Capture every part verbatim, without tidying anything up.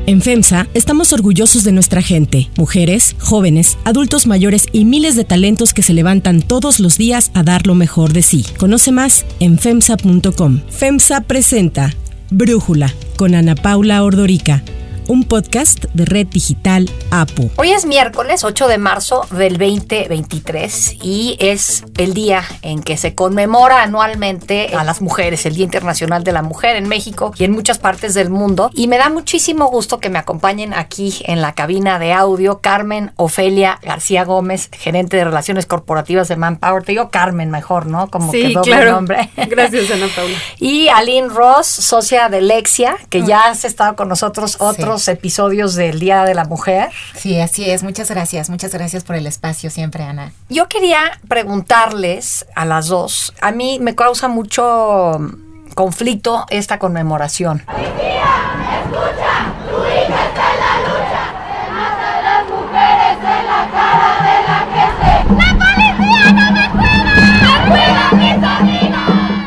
En FEMSA estamos orgullosos de nuestra gente, mujeres, jóvenes, adultos mayores y miles de talentos que se levantan todos los días a dar lo mejor de sí. Conoce más en femsa punto com. FEMSA presenta Brújula con Ana Paula Ordorica, un podcast de Red Digital APO. Hoy es miércoles ocho de marzo del veinte veintitrés y es el día en que se conmemora anualmente a las mujeres, el Día Internacional de la Mujer en México y en muchas partes del mundo. Y me da muchísimo gusto que me acompañen aquí en la cabina de audio Carmen Ofelia García Gómez, gerente de Relaciones Corporativas de Manpower. Te digo Carmen mejor, ¿no? Como sí, que doble claro. nombre. Gracias, Ana Paula. Y Aline Ross, socia de Lexia, que ya has estado con nosotros otros sí. episodios del Día de la Mujer. Sí, así es. Muchas gracias. Muchas gracias por el espacio siempre, Ana. Yo quería preguntarles a las dos. A mí me causa mucho conflicto esta conmemoración. ¡Policía! ¡Escucha! ¡Tu hija está en la lucha! ¡Se matan las mujeres en la cara de la gente! ¡La policía no me cuida! ¡Me cuidan mis amigos!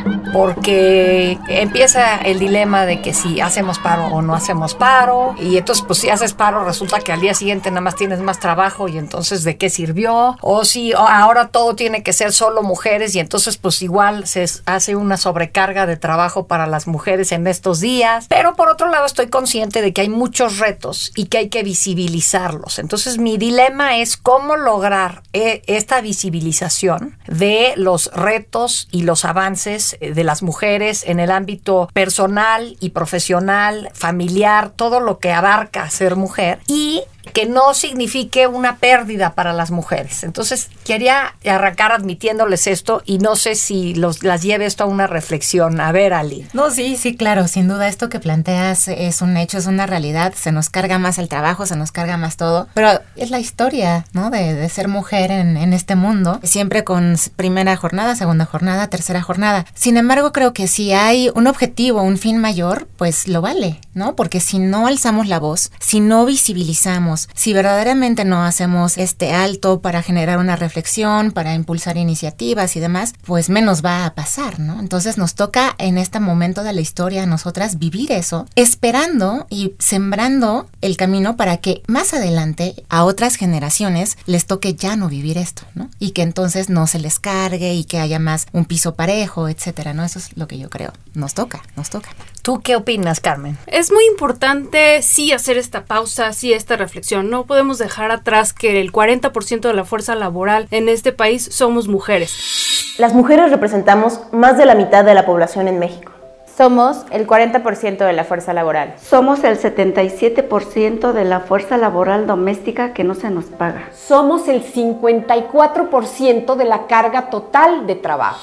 Porque empieza el dilema de que si hacemos paro o no hacemos paro, y entonces pues si haces paro resulta que al día siguiente nada más tienes más trabajo y entonces ¿de qué sirvió? O si ahora todo tiene que ser solo mujeres y entonces pues igual se hace una sobrecarga de trabajo para las mujeres en estos días. Pero por otro lado estoy consciente de que hay muchos retos y que hay que visibilizarlos. Entonces mi dilema es cómo lograr eh, esta visibilización de los retos y los avances de de las mujeres en el ámbito personal y profesional, familiar, todo lo que abarca ser mujer, y que no signifique una pérdida para las mujeres. Entonces, quería arrancar admitiéndoles esto y no sé si los, las lleve esto a una reflexión. A ver, Ali. No, sí, sí, claro, sin duda esto que planteas es un hecho, es una realidad. Se nos carga más el trabajo, se nos carga más todo, pero es la historia, ¿no? De, de ser mujer en, en este mundo, siempre con primera jornada, segunda jornada, tercera jornada. Sin embargo, creo que si hay un objetivo, un fin mayor, pues lo vale, ¿no? Porque si no alzamos la voz, si no visibilizamos, si verdaderamente no hacemos este alto para generar una reflexión, para impulsar iniciativas y demás, pues menos va a pasar, ¿no? Entonces nos toca en este momento de la historia a nosotras vivir eso, esperando y sembrando el camino para que más adelante a otras generaciones les toque ya no vivir esto, ¿no? Y que entonces no se les cargue y que haya más un piso parejo, etcétera, ¿no? Eso es lo que yo creo. Nos toca, nos toca. ¿Tú qué opinas, Carmen? Es muy importante sí hacer esta pausa, sí esta reflexión. No podemos dejar atrás que el cuarenta por ciento de la fuerza laboral en este país somos mujeres. Las mujeres representamos más de la mitad de la población en México. Somos el cuarenta por ciento de la fuerza laboral. Somos el setenta y siete por ciento de la fuerza laboral doméstica que no se nos paga. Somos el cincuenta y cuatro por ciento de la carga total de trabajo.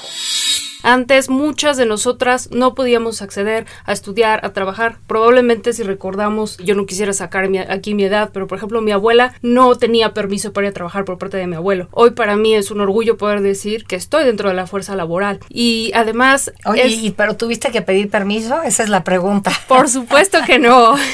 Antes muchas de nosotras no podíamos acceder a estudiar, a trabajar. Probablemente si recordamos, yo no quisiera sacar mi, aquí mi edad, pero por ejemplo mi abuela no tenía permiso para ir a trabajar por parte de mi abuelo. Hoy para mí es un orgullo poder decir que estoy dentro de la fuerza laboral. Y además... Oye, es... ¿y, ¿pero tuviste que pedir permiso? Esa es la pregunta. Por supuesto que no. Ok,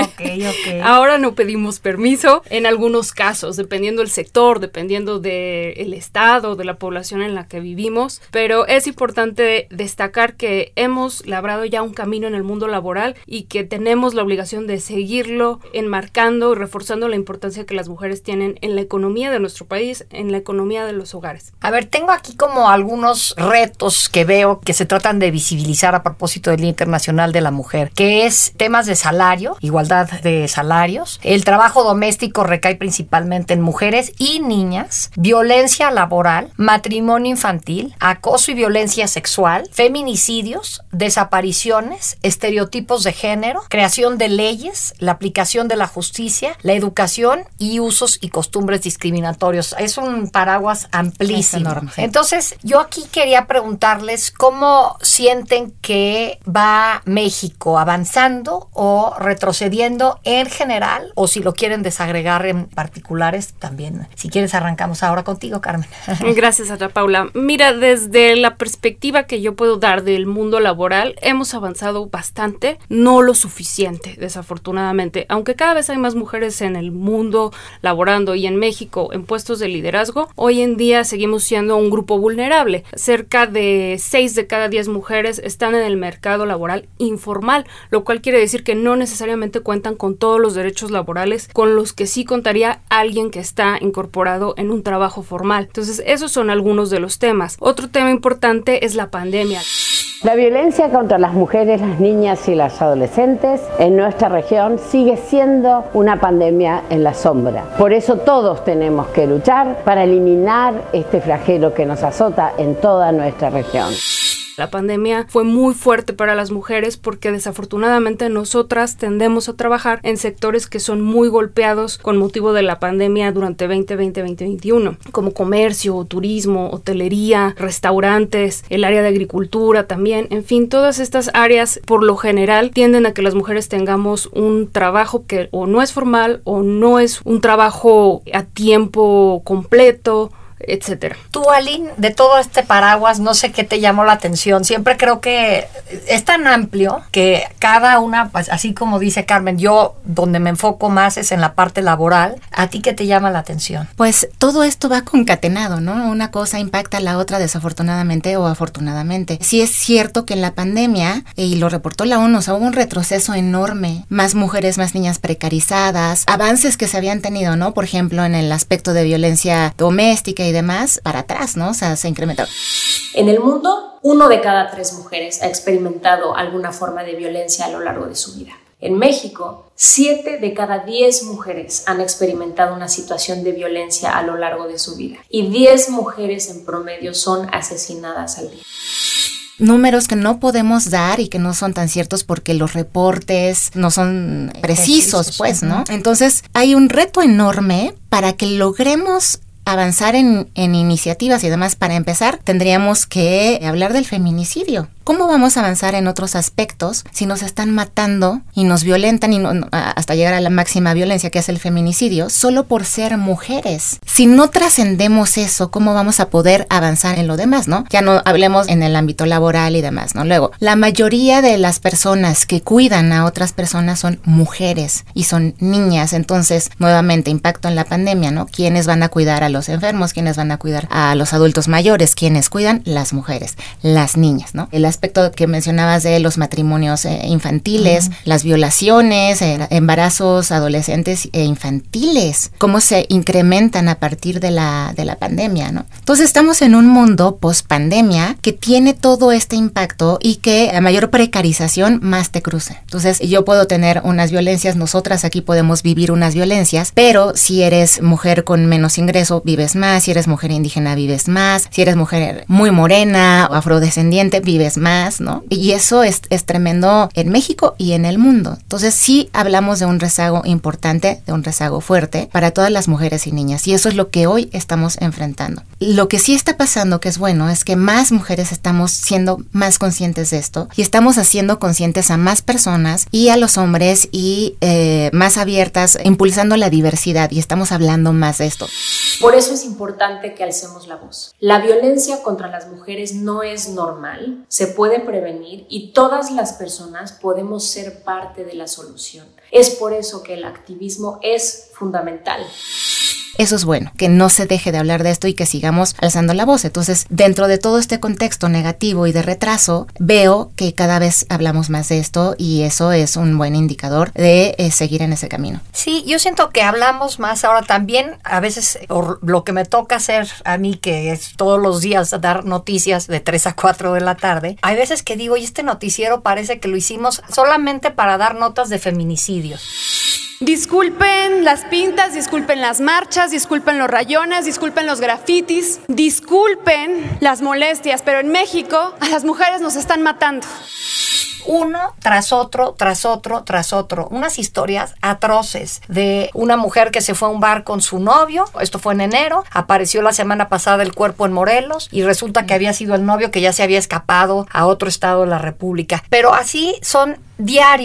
ok. Ahora no pedimos permiso en algunos casos, dependiendo del sector, dependiendo del estado, de la población en la que vivimos, pero es importante importante destacar que hemos labrado ya un camino en el mundo laboral y que tenemos la obligación de seguirlo enmarcando y reforzando la importancia que las mujeres tienen en la economía de nuestro país, en la economía de los hogares. A ver, tengo aquí como algunos retos que veo que se tratan de visibilizar a propósito del Día Internacional de la Mujer, que es temas de salario, igualdad de salarios, el trabajo doméstico recae principalmente en mujeres y niñas, violencia laboral, matrimonio infantil, acoso y violencia sexual, feminicidios, desapariciones, estereotipos de género, creación de leyes, la aplicación de la justicia, la educación y usos y costumbres discriminatorios. Es un paraguas amplísimo. Es enorme, sí. Entonces, yo aquí quería preguntarles cómo sienten que va México, avanzando o retrocediendo en general, o si lo quieren desagregar en particulares también. Si quieres, arrancamos ahora contigo, Carmen. Gracias, Ana Paula. Mira, desde la perspectiva perspectiva que yo puedo dar del mundo laboral, hemos avanzado bastante, no lo suficiente, desafortunadamente. Aunque cada vez hay más mujeres en el mundo laborando y en México en puestos de liderazgo, hoy en día seguimos siendo un grupo vulnerable. Cerca de seis de cada diez mujeres están en el mercado laboral informal, lo cual quiere decir que no necesariamente cuentan con todos los derechos laborales con los que sí contaría alguien que está incorporado en un trabajo formal. Entonces, esos son algunos de los temas. Otro tema importante es la pandemia. La violencia contra las mujeres, las niñas y las adolescentes en nuestra región sigue siendo una pandemia en la sombra. Por eso todos tenemos que luchar para eliminar este flagelo que nos azota en toda nuestra región. La pandemia fue muy fuerte para las mujeres porque desafortunadamente nosotras tendemos a trabajar en sectores que son muy golpeados con motivo de la pandemia durante veinte veinte, veinte veintiuno, como comercio, turismo, hotelería, restaurantes, el área de agricultura también. En fin, todas estas áreas por lo general tienden a que las mujeres tengamos un trabajo que o no es formal o no es un trabajo a tiempo completo, etcétera. Tú, Aline, de todo este paraguas, no sé qué te llamó la atención. Siempre creo que es tan amplio que cada una, pues, así como dice Carmen, yo donde me enfoco más es en la parte laboral. ¿A ti qué te llama la atención? Pues todo esto va concatenado, ¿no? Una cosa impacta a la otra desafortunadamente o afortunadamente. Sí es cierto que en la pandemia, y lo reportó la ONU, o sea, hubo un retroceso enorme. Más mujeres, más niñas precarizadas, avances que se habían tenido, ¿no? Por ejemplo, en el aspecto de violencia doméstica y demás, para atrás, ¿no? O sea, se incrementó. En el mundo, uno de cada tres mujeres ha experimentado alguna forma de violencia a lo largo de su vida. En México, siete de cada diez mujeres han experimentado una situación de violencia a lo largo de su vida y diez mujeres en promedio son asesinadas al día. Números que no podemos dar y que no son tan ciertos porque los reportes no son precisos, precisos pues, ¿no? Entonces, hay un reto enorme para que logremos avanzar en, en iniciativas y demás. Para empezar, tendríamos que hablar del feminicidio. ¿Cómo vamos a avanzar en otros aspectos si nos están matando y nos violentan y no, hasta llegar a la máxima violencia que es el feminicidio solo por ser mujeres? Si no trascendemos eso, ¿cómo vamos a poder avanzar en lo demás, no? Ya no hablemos en el ámbito laboral y demás, ¿no? Luego, la mayoría de las personas que cuidan a otras personas son mujeres y son niñas. Entonces, nuevamente, impacto en la pandemia, ¿no? ¿Quiénes van a cuidar a los enfermos? ¿Quiénes van a cuidar a los adultos mayores? ¿Quiénes cuidan? Las mujeres, las niñas, ¿no? El aspecto que mencionabas de los matrimonios eh, infantiles, uh-huh. las violaciones, eh, embarazos adolescentes e infantiles, cómo se incrementan a partir de la, de la pandemia, ¿no? Entonces estamos en un mundo post-pandemia que tiene todo este impacto y que a mayor precarización más te cruza. Entonces yo puedo tener unas violencias, nosotras aquí podemos vivir unas violencias, pero si eres mujer con menos ingreso, vives más, si eres mujer indígena, vives más, si eres mujer muy morena o afrodescendiente, vives más. más, ¿no? Y eso es, es tremendo en México y en el mundo. Entonces sí hablamos de un rezago importante, de un rezago fuerte para todas las mujeres y niñas, y eso es lo que hoy estamos enfrentando. Lo que sí está pasando, que es bueno, es que más mujeres estamos siendo más conscientes de esto y estamos haciendo conscientes a más personas y a los hombres y eh, más abiertas, impulsando la diversidad, y estamos hablando más de esto. Por eso es importante que alcemos la voz. La violencia contra las mujeres no es normal, se puede prevenir y todas las personas podemos ser parte de la solución. Es por eso que el activismo es fundamental. Eso es bueno, que no se deje de hablar de esto y que sigamos alzando la voz. Entonces, dentro de todo este contexto negativo y de retraso, veo que cada vez hablamos más de esto y eso es un buen indicador de eh, seguir en ese camino. Sí, yo siento que hablamos más ahora también, a veces por lo que me toca hacer a mí, que es todos los días dar noticias de tres a cuatro de la tarde, hay veces que digo, y este noticiero parece que lo hicimos solamente para dar notas de feminicidios. Disculpen las pintas, disculpen las marchas, disculpen los rayones, disculpen los grafitis, disculpen las molestias, pero en México a las mujeres nos están matando. Uno tras otro, tras otro, tras otro. Unas historias atroces de una mujer que se fue a un bar con su novio. Esto fue en enero. Apareció la semana pasada el cuerpo en Morelos y resulta que había sido el novio que ya se había escapado a otro estado de la República. Pero así son diario.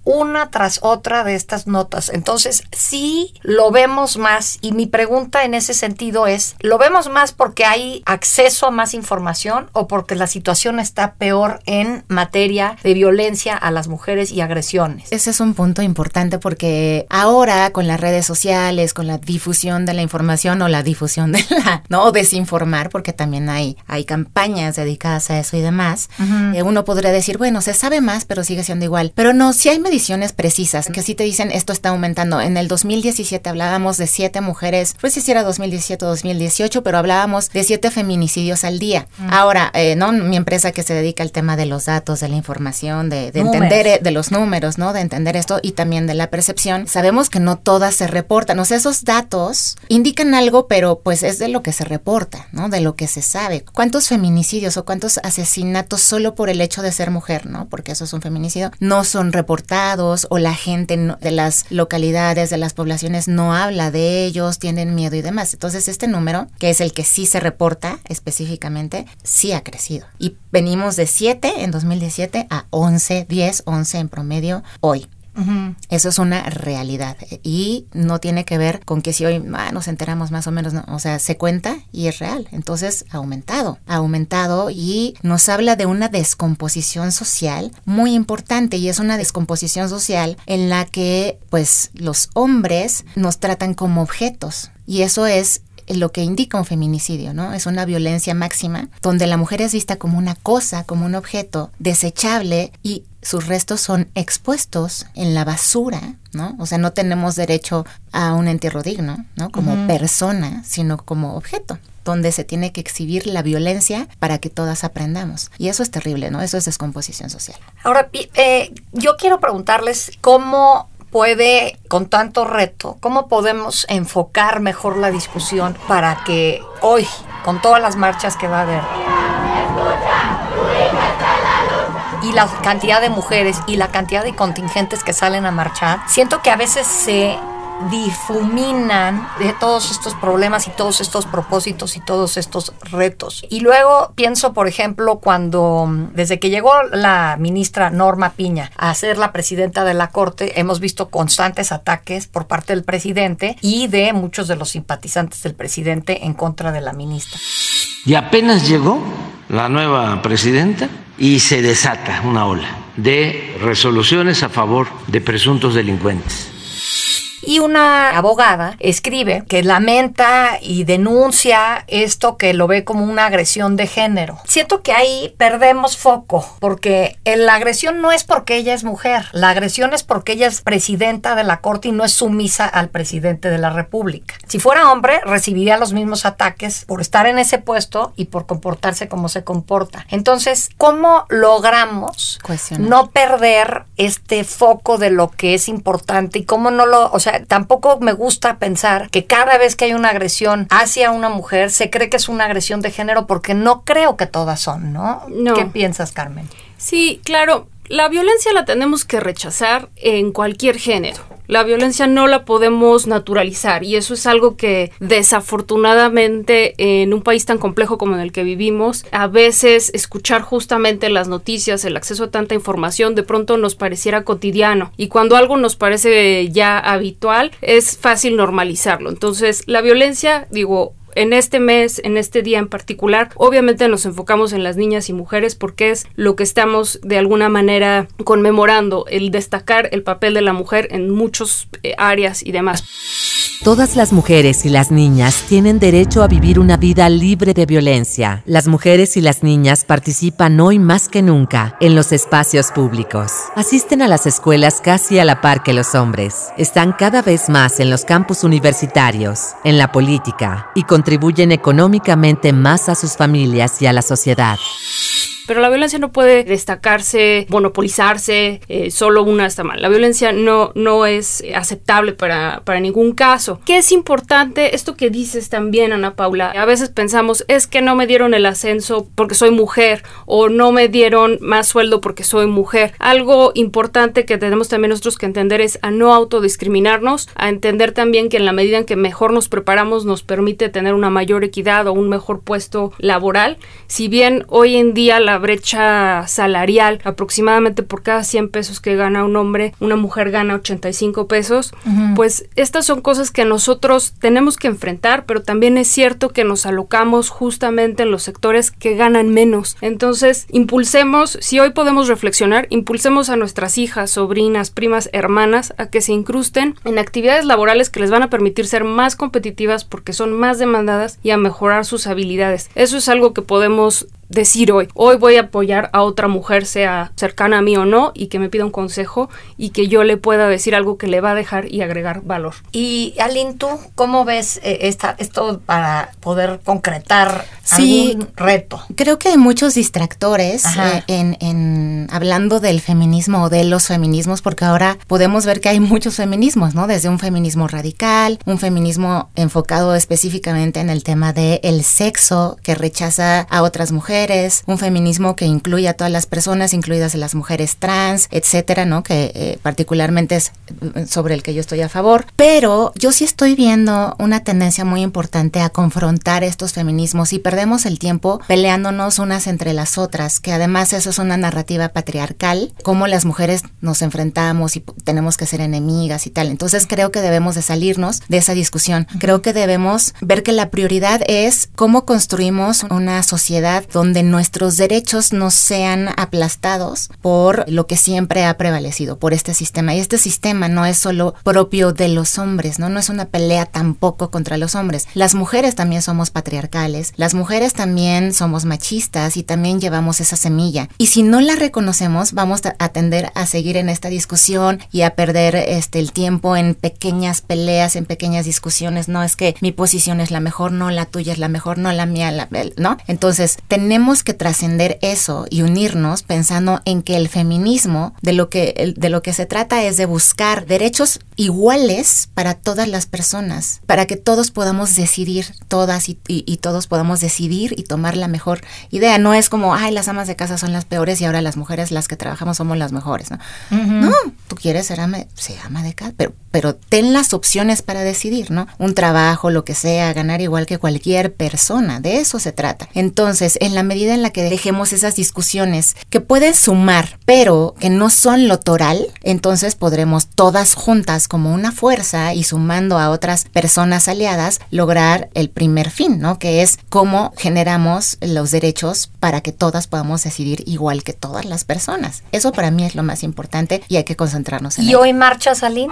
una tras otra de estas notas. Entonces, sí lo vemos más, y mi pregunta en ese sentido es, ¿lo vemos más porque hay acceso a más información o porque la situación está peor en materia de violencia a las mujeres y agresiones? Ese es un punto importante porque ahora con las redes sociales, con la difusión de la información o la difusión de la, ¿no? desinformar, porque también hay, hay campañas dedicadas a eso y demás, uh-huh. eh, uno podría decir, bueno, se sabe más, pero sigue siendo igual. Pero no, sí hay mediciones precisas que sí te dicen esto está aumentando. En el dos mil diecisiete hablábamos de siete mujeres, no sé si era dos mil diecisiete o dos mil dieciocho, pero hablábamos de siete feminicidios al día. Uh-huh. Ahora, eh, ¿no? Mi empresa que se dedica al tema de los datos, de la información, de, de entender, eh, de los números, ¿no? De entender esto y también de la percepción, sabemos que no todas se reportan. O sea, esos datos indican algo, pero pues es de lo que se reporta, ¿no? De lo que se sabe. ¿Cuántos feminicidios o cuántos asesinatos solo por el hecho de ser mujer, ¿no? Porque eso es un feminicidio, no son reportados o la gente no, de las localidades, de las poblaciones no habla de ellos, tienen miedo y demás. Entonces este número, que es el que sí se reporta específicamente, sí ha crecido. Y venimos de siete en dos mil diecisiete a once, diez, once en promedio hoy. Uh-huh. Eso es una realidad y no tiene que ver con que si hoy ah, nos enteramos más o menos, no, o sea, se cuenta y es real. Entonces ha aumentado, ha aumentado y nos habla de una descomposición social muy importante, y es una descomposición social en la que pues los hombres nos tratan como objetos, y eso es lo que indica un feminicidio, ¿no? Es una violencia máxima donde la mujer es vista como una cosa, como un objeto desechable, y sus restos son expuestos en la basura, ¿no? O sea, no tenemos derecho a un entierro digno, ¿no? Como uh-huh. persona, sino como objeto, donde se tiene que exhibir la violencia para que todas aprendamos. Y eso es terrible, ¿no? Eso es descomposición social. Ahora, eh, yo quiero preguntarles cómo puede, con tanto reto, cómo podemos enfocar mejor la discusión para que hoy, con todas las marchas que va a haber, y la cantidad de mujeres y la cantidad de contingentes que salen a marchar, siento que a veces se difuminan de todos estos problemas y todos estos propósitos y todos estos retos. Y luego pienso, por ejemplo, cuando desde que llegó la ministra Norma Piña a ser la presidenta de la Corte, hemos visto constantes ataques por parte del presidente y de muchos de los simpatizantes del presidente en contra de la ministra. Y apenas llegó la nueva presidenta y se desata una ola de resoluciones a favor de presuntos delincuentes. Y una abogada escribe que lamenta y denuncia esto, que lo ve como una agresión de género. Siento que ahí perdemos foco, porque la agresión no es porque ella es mujer, la agresión es porque ella es presidenta de la Corte y no es sumisa al presidente de la República. Si fuera hombre, recibiría los mismos ataques por estar en ese puesto y por comportarse como se comporta. Entonces, ¿cómo logramos Cuestionar. no perder este foco de lo que es importante y cómo no lo, o sea, tampoco me gusta pensar que cada vez que hay una agresión hacia una mujer se cree que es una agresión de género, porque no creo que todas son, ¿no? no. ¿Qué piensas, Carmen? Sí, claro. La violencia la tenemos que rechazar en cualquier género. La violencia no la podemos naturalizar, y eso es algo que desafortunadamente en un país tan complejo como en el que vivimos, a veces escuchar justamente las noticias, el acceso a tanta información, de pronto nos pareciera cotidiano, y cuando algo nos parece ya habitual es fácil normalizarlo. Entonces la violencia, digo, en este mes, en este día en particular, obviamente nos enfocamos en las niñas y mujeres porque es lo que estamos de alguna manera conmemorando, el destacar el papel de la mujer en muchas eh, áreas y demás. Todas las mujeres y las niñas tienen derecho a vivir una vida libre de violencia. Las mujeres y las niñas participan hoy más que nunca en los espacios públicos. Asisten a las escuelas casi a la par que los hombres. Están cada vez más en los campus universitarios, en la política, y contribuyen económicamente más a sus familias y a la sociedad. Pero la violencia no puede destacarse, monopolizarse, eh, solo una está mal. La violencia no, no es aceptable para, para ningún caso. ¿Qué es importante? Esto que dices también, Ana Paula. A veces pensamos, es que no me dieron el ascenso porque soy mujer, o no me dieron más sueldo porque soy mujer. Algo importante que tenemos también nosotros que entender es a no autodiscriminarnos, a entender también que en la medida en que mejor nos preparamos nos permite tener una mayor equidad o un mejor puesto laboral. Si bien hoy en día la la brecha salarial, aproximadamente por cada cien pesos que gana un hombre, una mujer gana ochenta y cinco pesos, uh-huh. Pues estas son cosas que nosotros tenemos que enfrentar, pero también es cierto que nos alocamos justamente en los sectores que ganan menos. Entonces, impulsemos, si hoy podemos reflexionar, impulsemos a nuestras hijas, sobrinas, primas, hermanas, a que se incrusten en actividades laborales que les van a permitir ser más competitivas porque son más demandadas y a mejorar sus habilidades. Eso es algo que podemos decir hoy. Hoy voy a apoyar a otra mujer, sea cercana a mí o no, y que me pida un consejo y que yo le pueda decir algo que le va a dejar y agregar valor. Y Aline, ¿tú cómo ves eh, esta, esto para poder concretar sí, algún reto? Creo que hay muchos distractores eh, en, en hablando del feminismo o de los feminismos, porque ahora podemos ver que hay muchos feminismos, ¿no? Desde un feminismo radical, un feminismo enfocado específicamente en el tema del sexo, que rechaza a otras mujeres, un feminismo que incluye a todas las personas, incluidas las mujeres trans, etcétera, ¿no? Que eh, particularmente es sobre el que yo estoy a favor. Pero yo sí estoy viendo una tendencia muy importante a confrontar estos feminismos y perdemos el tiempo peleándonos unas entre las otras, que además eso es una narrativa patriarcal, cómo las mujeres nos enfrentamos y tenemos que ser enemigas y tal. Entonces creo que debemos de salirnos de esa discusión. Creo que debemos ver que la prioridad es cómo construimos una sociedad donde donde nuestros derechos no sean aplastados por lo que siempre ha prevalecido, por este sistema. Y este sistema no es solo propio de los hombres, ¿no? No es una pelea tampoco contra los hombres. Las mujeres también somos patriarcales, las mujeres también somos machistas y también llevamos esa semilla. Y si no la reconocemos, vamos a tender a seguir en esta discusión y a perder este el tiempo en pequeñas peleas, en pequeñas discusiones. No, es que mi posición es la mejor, no, la tuya es la mejor, no, la mía, la, ¿no? Entonces, tenemos Tenemos que trascender eso y unirnos pensando en que el feminismo de lo que, de lo que se trata es de buscar derechos iguales para todas las personas, para que todos podamos decidir, todas y, y, y todos podamos decidir y tomar la mejor idea. No es como, ay, las amas de casa son las peores y ahora las mujeres, las que trabajamos, somos las mejores, ¿no? Uh-huh. No, tú quieres ser ama, ser ama de casa, pero, pero ten las opciones para decidir, ¿no? Un trabajo, lo que sea, ganar igual que cualquier persona, de eso se trata. Entonces, en la medida en la que dejemos esas discusiones que pueden sumar, pero que no son lo toral, entonces podremos todas juntas como una fuerza y sumando a otras personas aliadas lograr el primer fin, ¿no? Que es cómo generamos los derechos para que todas podamos decidir igual que todas las personas. Eso para mí es lo más importante y hay que concentrarnos en ¿Y ello. hoy marchas, Aline?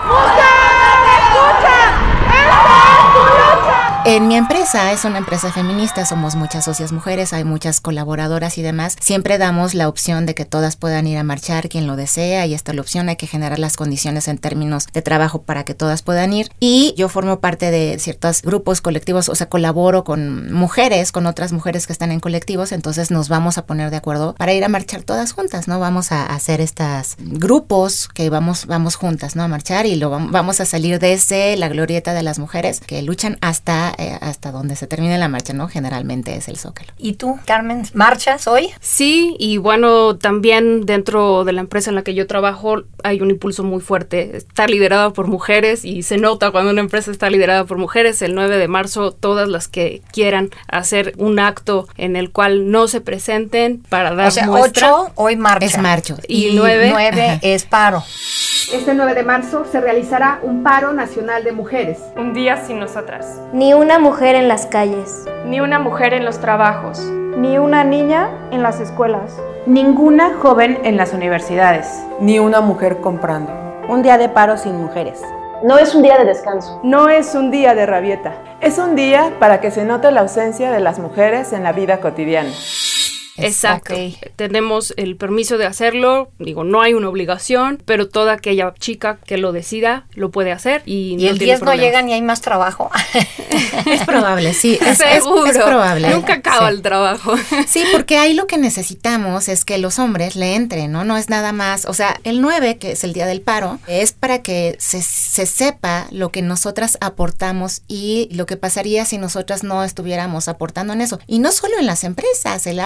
En mi empresa, es una empresa feminista, somos muchas socias mujeres, hay muchas colaboradoras y demás. Siempre damos la opción de que todas puedan ir a marchar, quien lo desea, y esta es la opción, hay que generar las condiciones en términos de trabajo para que todas puedan ir. Y yo formo parte de ciertos grupos colectivos, o sea, colaboro con mujeres, con otras mujeres que están en colectivos, entonces nos vamos a poner de acuerdo para ir a marchar todas juntas, ¿no? Vamos a hacer estos grupos que vamos, vamos juntas, ¿no? A marchar y lo vamos a salir desde la glorieta de las mujeres que luchan hasta Eh, hasta donde se termine la marcha, ¿no? Generalmente es el Zócalo. ¿Y tú, Carmen, marchas hoy? Sí, y bueno, también dentro de la empresa en la que yo trabajo hay un impulso muy fuerte. Está liderada por mujeres y se nota cuando una empresa está liderada por mujeres. El nueve de marzo, todas las que quieran hacer un acto en el cual no se presenten para dar o sea, muestra. ocho, hoy marcha. Es marcho. Y, y nueve, nueve es paro. Este nueve de marzo se realizará un paro nacional de mujeres. Un día sin nosotras. Ni una mujer en las calles. Ni una mujer en los trabajos. Ni una niña en las escuelas. Ninguna joven en las universidades. Ni una mujer comprando. Un día de paro sin mujeres. No es un día de descanso. No es un día de rabieta. Es un día para que se note la ausencia de las mujeres en la vida cotidiana. Exacto. Okay. Tenemos el permiso de hacerlo, digo, no hay una obligación, pero toda aquella chica que lo decida lo puede hacer y, y no el tiene diez no llegan y hay más trabajo. Es probable, sí, es, seguro. Es, es probable. Nunca acaba sí. el trabajo. Sí, porque ahí lo que necesitamos es que los hombres le entren, ¿no? No es nada más, o sea, el nueve, que es el día del paro, es para que se, se sepa lo que nosotras aportamos y lo que pasaría si nosotras no estuviéramos aportando en eso. Y no solo en las empresas, el ámbito doméstico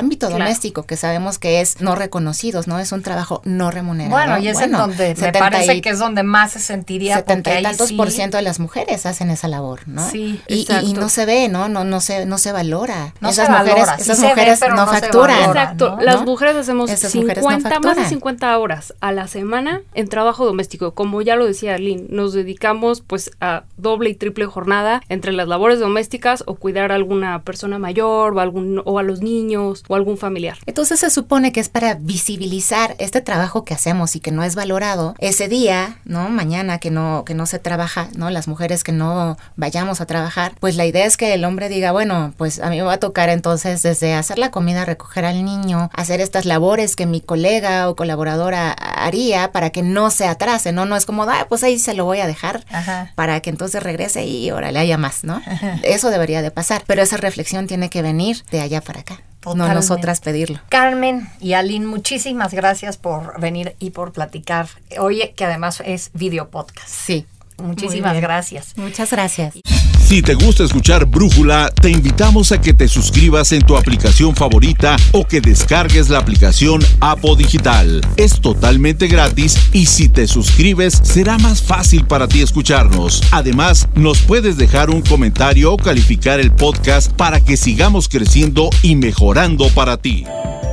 doméstico, que sabemos que es no reconocidos, ¿no? Es un trabajo no remunerado. Bueno, y es bueno, en donde me parece que es donde más se sentiría. setenta y tantos sí. por ciento de las mujeres hacen esa labor, ¿no? Sí, y, y, y no se ve, ¿no? No, no se, no se valora. No esas se mujeres, valora. esas Sí mujeres ve, no, no facturan. Valora, Exacto. ¿no? Las mujeres hacemos esas cincuenta, mujeres no más de cincuenta horas a la semana en trabajo doméstico. Como ya lo decía Lynn, nos dedicamos pues a doble y triple jornada entre las labores domésticas o cuidar a alguna persona mayor o, algún, o a los niños o algún familiar. Entonces se supone que es para visibilizar este trabajo que hacemos y que no es valorado. Ese día, ¿no? Mañana que no, que no se trabaja, ¿no? Las mujeres que no vayamos a trabajar, pues la idea es que el hombre diga, bueno, pues a mí me va a tocar entonces desde hacer la comida, recoger al niño, hacer estas labores que mi colega o colaboradora haría para que no se atrase, ¿no? No es como, ah, pues ahí se lo voy a dejar Ajá. para que entonces regrese y órale, haya más, ¿no? Ajá. Eso debería de pasar, pero esa reflexión tiene que venir de allá para acá. Totalmente. No nosotras pedirlo. Carmen y Aline, muchísimas gracias por venir y por platicar. Oye, que además es video podcast. Sí. Muchísimas gracias. Muchas gracias. Si te gusta escuchar Brújula, te invitamos a que te suscribas en tu aplicación favorita o que descargues la aplicación Apo Digital. Es totalmente gratis y si te suscribes será más fácil para ti escucharnos. Además, nos puedes dejar un comentario o calificar el podcast para que sigamos creciendo y mejorando para ti.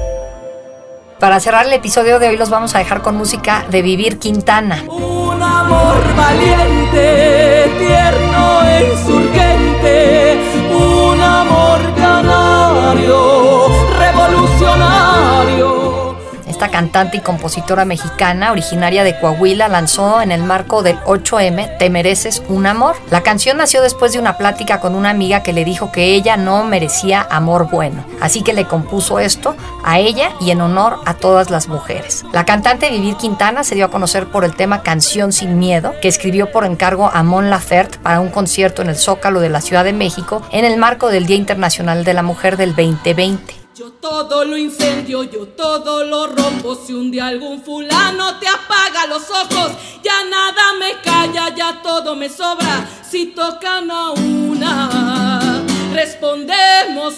Para cerrar el episodio de hoy los vamos a dejar con música de Vivir Quintana. Un amor valiente, tierno e insurgente, un amor canario, revolucionario. Esta cantante y compositora mexicana, originaria de Coahuila, lanzó en el marco del ocho eme Te mereces un amor. La canción nació después de una plática con una amiga que le dijo que ella no merecía amor bueno. Así que le compuso esto a ella y en honor a todas las mujeres. La cantante Vivir Quintana se dio a conocer por el tema Canción sin miedo, que escribió por encargo a Mon Laferte para un concierto en el Zócalo de la Ciudad de México en el marco del Día Internacional de la Mujer del veinte veinte. Yo todo lo incendio, yo todo lo rompo. Si un día algún fulano te apaga los ojos, ya nada me calla, ya todo me sobra. Si tocan a una, respondemos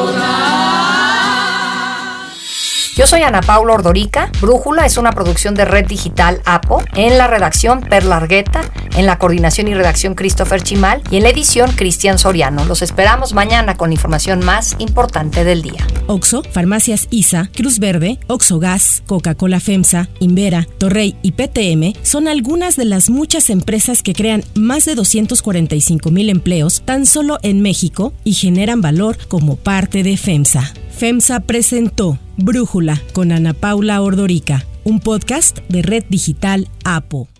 todas. Yo soy Ana Paula Ordorica. Brújula es una producción de Red Digital Apo. En la redacción, Perla Argueta. En la coordinación y redacción, Christopher Chimal. Y en la edición, Cristian Soriano. Los esperamos mañana con la información más importante del día. Oxxo, Farmacias I S A, Cruz Verde, Oxxo Gas, Coca-Cola FEMSA, Invera, Torrey y P T M son algunas de las muchas empresas que crean más de doscientos cuarenta y cinco mil empleos tan solo en México y generan valor como parte de FEMSA. FEMSA presentó Brújula con Ana Paula Ordorica, un podcast de Red Digital Apo.